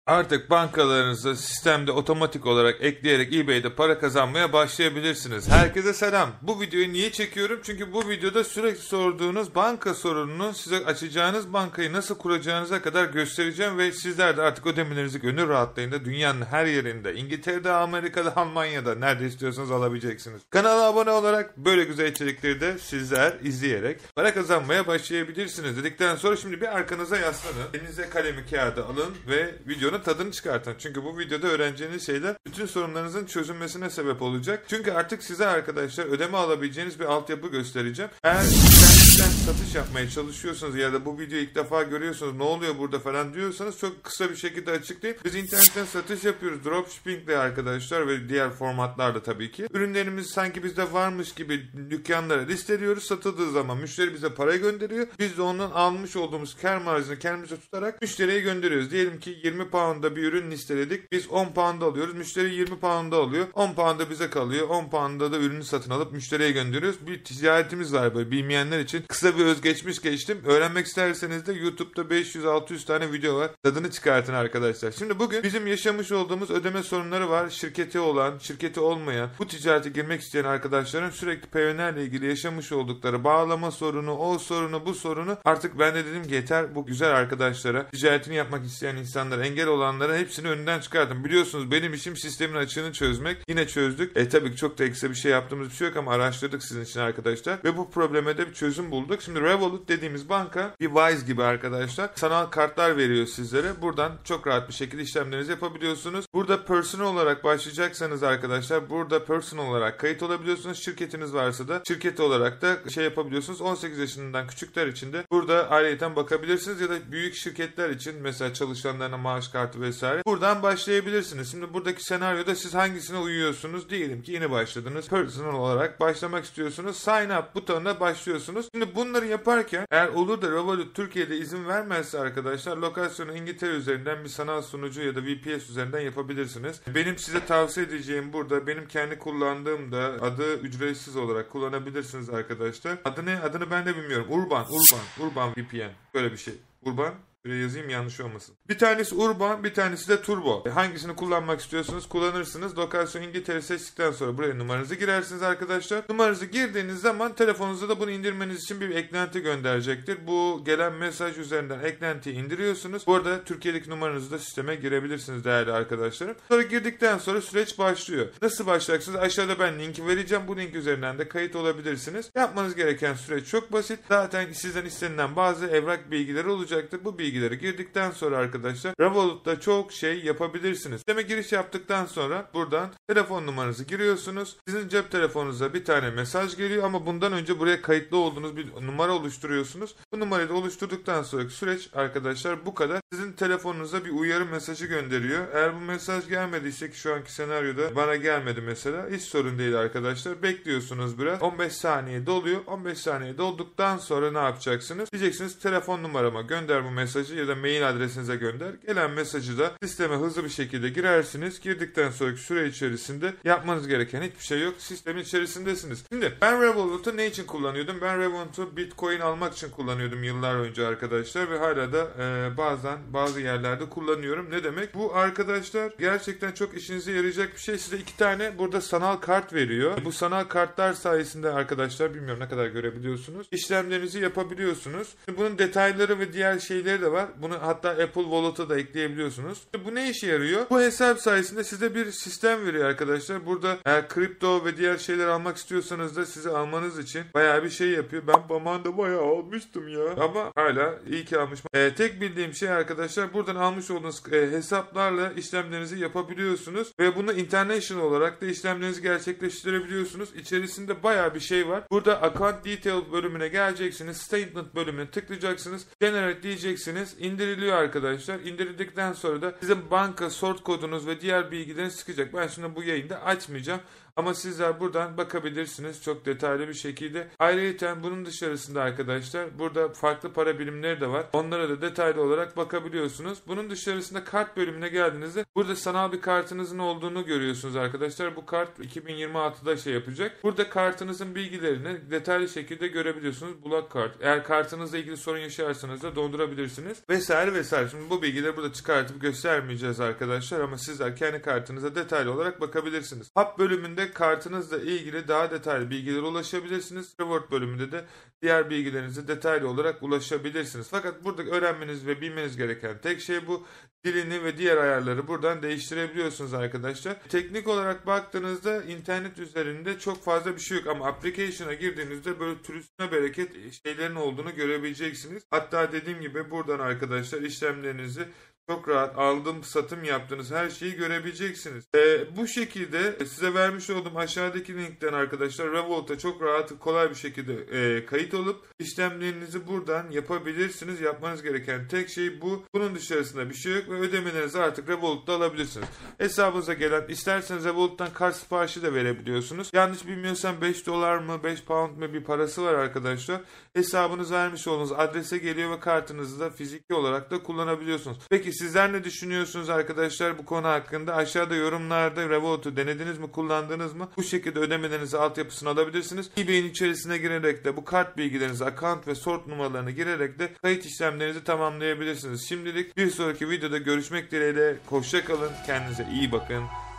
Artık bankalarınızı sistemde otomatik olarak ekleyerek eBay'de para kazanmaya başlayabilirsiniz. Herkese selam. Bu videoyu niye çekiyorum? Çünkü bu videoda sürekli sorduğunuz banka sorununu, size açacağınız bankayı nasıl kuracağınıza kadar göstereceğim ve sizler de artık ödemelerinizi gönül rahatlığıyla dünyanın her yerinde, İngiltere'de, Amerika'da, Almanya'da nerede istiyorsanız alabileceksiniz. Kanala abone olarak böyle güzel içerikleri de sizler izleyerek para kazanmaya başlayabilirsiniz dedikten sonra şimdi bir arkanıza yaslanın. Elinize kalemi kağıdı alın ve videonun tadını çıkartın. Çünkü bu videoda öğreneceğiniz şeyler bütün sorunlarınızın çözülmesine sebep olacak. Çünkü artık size arkadaşlar ödeme alabileceğiniz bir altyapı göstereceğim. Eğer internetten satış yapmaya çalışıyorsanız ya da bu videoyu ilk defa görüyorsanız ne oluyor burada falan diyorsanız çok kısa bir şekilde açıklayayım. Biz internetten satış yapıyoruz. Dropshipping ile arkadaşlar ve diğer formatlarda tabii ki. Ürünlerimiz sanki bizde varmış gibi dükkanlara listeliyoruz. Satıldığı zaman müşteri bize para gönderiyor. Biz de ondan almış olduğumuz kar marjını kendimize tutarak müşteriye gönderiyoruz. Diyelim ki 20 pound'a bir ürün listeledik. Biz 10 pound'a alıyoruz. Müşteri 20 pound'a alıyor. 10 pound'a bize kalıyor. 10 pound'a da ürünü satın alıp müşteriye gönderiyoruz. Bir ticaretimiz var böyle bilmeyenler için. Kısa bir özgeçmiş geçtim. Öğrenmek isterseniz de YouTube'da 500-600 tane video var. Tadını çıkartın arkadaşlar. Şimdi bugün bizim yaşamış olduğumuz ödeme sorunları var. Şirketi olan, şirketi olmayan, bu ticarete girmek isteyen arkadaşların sürekli Payoneer ile ilgili yaşamış oldukları bağlama sorunu, o sorunu, bu sorunu. Artık ben de dedim ki yeter bu güzel arkadaşlara, ticaretini yapmak isteyen insanlara, engel olanlara hepsini önünden çıkartın. Biliyorsunuz benim işim sistemin açığını çözmek. Yine çözdük. Tabii ki çok da ekstra bir şey yaptığımız bir şey yok ama araştırdık sizin için arkadaşlar. Ve bu probleme de bir çözüm bulduk. Şimdi Revolut dediğimiz banka bir Wise gibi arkadaşlar. Sanal kartlar veriyor sizlere. Buradan çok rahat bir şekilde işlemlerinizi yapabiliyorsunuz. Burada personal olarak başlayacaksanız arkadaşlar burada personal olarak kayıt olabiliyorsunuz. Şirketiniz varsa da şirket olarak da şey yapabiliyorsunuz. 18 yaşından küçükler için de burada ayrıyeten bakabilirsiniz ya da büyük şirketler için mesela çalışanlarına maaş kartı vesaire. Buradan başlayabilirsiniz. Şimdi buradaki senaryoda siz hangisine uyuyorsunuz? Diyelim ki yeni başladınız. Personal olarak başlamak istiyorsunuz. Sign up butonuna başlıyorsunuz. Şimdi bunları yaparken eğer olur da Revolut Türkiye'de izin vermezse arkadaşlar lokasyonu İngiltere üzerinden bir sanal sunucu ya da VPS üzerinden yapabilirsiniz. Benim size tavsiye edeceğim burada benim kendi kullandığım da adı ücretsiz olarak kullanabilirsiniz arkadaşlar. Adı ne? Adını ben de bilmiyorum. Urban VPN. Böyle bir şey. Urban. Böyle yazayım yanlış olmasın. Bir tanesi Urban, bir tanesi de Turbo. Hangisini kullanmak istiyorsunuz kullanırsınız. Lokasyon İngiltere seçtikten sonra buraya numaranızı girersiniz arkadaşlar. Numaranızı girdiğiniz zaman telefonunuza da bunu indirmeniz için bir eklenti gönderecektir. Bu gelen mesaj üzerinden eklentiyi indiriyorsunuz. Bu arada Türkiye'deki numaranızı da sisteme girebilirsiniz değerli arkadaşlarım. Sonra girdikten sonra süreç başlıyor. Nasıl başlayacaksınız? Aşağıda ben linki vereceğim. Bu link üzerinden de kayıt olabilirsiniz. Yapmanız gereken süreç çok basit. Zaten sizden istenilen bazı evrak bilgileri olacaktır. Bu bilgileri girdikten sonra arkadaşlar Revolut'ta çok şey yapabilirsiniz. Sisteme giriş yaptıktan sonra buradan telefon numaranızı giriyorsunuz. Sizin cep telefonunuza bir tane mesaj geliyor ama bundan önce buraya kayıtlı olduğunuz bir numara oluşturuyorsunuz. Bu numarayı da oluşturduktan sonraki süreç arkadaşlar bu kadar. Sizin telefonunuza bir uyarı mesajı gönderiyor. Eğer bu mesaj gelmediyse ki şu anki senaryoda bana gelmedi mesela hiç sorun değil arkadaşlar. Bekliyorsunuz biraz. 15 saniye doluyor. 15 saniye dolduktan sonra ne yapacaksınız? Diyeceksiniz telefon numarama gönder bu mesajı ya da mail adresinize gönder. Gelen mesajı da sisteme hızlı bir şekilde girersiniz. Girdikten sonraki süre içerisinde yapmanız gereken hiçbir şey yok. Sistemin içerisindesiniz. Şimdi ben Revolut'u ne için kullanıyordum? Ben Revolut'u Bitcoin almak için kullanıyordum yıllar önce arkadaşlar ve hala da bazen bazı yerlerde kullanıyorum. Ne demek? Bu arkadaşlar gerçekten çok işinize yarayacak bir şey. Size 2 tane burada sanal kart veriyor. Bu sanal kartlar sayesinde arkadaşlar bilmiyorum ne kadar görebiliyorsunuz. İşlemlerinizi yapabiliyorsunuz. Bunun detayları ve diğer şeyleri de var. Bunu hatta Apple Wallet'a da ekleyebiliyorsunuz. Bu ne işe yarıyor? Bu hesap sayesinde size bir sistem veriyor arkadaşlar. Burada eğer kripto ve diğer şeyler almak istiyorsanız da size almanız için bayağı bir şey yapıyor. Ben zamanında bayağı almıştım ya. Ama hala iyi ki almışım. Tek bildiğim şey arkadaşlar buradan almış olduğunuz hesaplarla işlemlerinizi yapabiliyorsunuz. Ve bunu international olarak da işlemlerinizi gerçekleştirebiliyorsunuz. İçerisinde bayağı bir şey var. Burada account detail bölümüne geleceksiniz. Statement bölümüne tıklayacaksınız. Generate diyeceksiniz. İndiriliyor arkadaşlar. İndirildikten sonra da sizin banka sort kodunuz ve diğer bilgileriniz çıkacak. Ben şimdi bu yayında açmayacağım. Ama sizler buradan bakabilirsiniz çok detaylı bir şekilde. Ayrıca bunun dışarısında arkadaşlar burada farklı para birimleri de var. Onlara da detaylı olarak bakabiliyorsunuz. Bunun dışarısında kart bölümüne geldiğinizde burada sanal bir kartınızın olduğunu görüyorsunuz arkadaşlar. Bu kart 2026'da yapacak. Burada kartınızın bilgilerini detaylı şekilde görebiliyorsunuz. Bulak kart. Eğer kartınızla ilgili sorun yaşarsanız da dondurabilirsiniz. Vesaire vesaire. Şimdi bu bilgileri burada çıkartıp göstermeyeceğiz arkadaşlar ama sizler kendi kartınıza detaylı olarak bakabilirsiniz. Hub bölümünde kartınızla ilgili daha detaylı bilgilere ulaşabilirsiniz. Reward bölümünde de diğer bilgilerinize detaylı olarak ulaşabilirsiniz. Fakat burada öğrenmeniz ve bilmeniz gereken tek şey bu. Dilini ve diğer ayarları buradan değiştirebiliyorsunuz arkadaşlar. Teknik olarak baktığınızda internet üzerinde çok fazla bir şey yok ama application'a girdiğinizde böyle turistine bereket şeylerin olduğunu görebileceksiniz. Hatta dediğim gibi buradan arkadaşlar işlemlerinizi çok rahat aldım satım yaptığınız her şeyi görebileceksiniz. Bu şekilde size vermiş olduğum aşağıdaki linkten arkadaşlar Revolt'a çok rahat kolay bir şekilde kayıt olup işlemlerinizi buradan yapabilirsiniz. Yapmanız gereken tek şey bu. Bunun dışarısında bir şey yok ve ödemelerinizi artık Revolt'ta alabilirsiniz. Hesabınıza gelen isterseniz Revolt'tan kart siparişi de verebiliyorsunuz. Yanlış bilmiyorsam 5 dolar mı 5 pound mı bir parası var arkadaşlar. Hesabınız vermiş olduğunuz adrese geliyor ve kartınızı da fiziki olarak da kullanabiliyorsunuz. Peki sizler ne düşünüyorsunuz arkadaşlar bu konu hakkında? Aşağıda yorumlarda Revolt'u denediniz mi, kullandınız mı? Bu şekilde ödemelerinizi, altyapısını alabilirsiniz. eBay'in içerisine girerek de bu kart bilgilerinizi, account ve sort numaralarını girerek de kayıt işlemlerinizi tamamlayabilirsiniz. Şimdilik bir sonraki videoda görüşmek dileğiyle. Hoşça kalın, kendinize iyi bakın.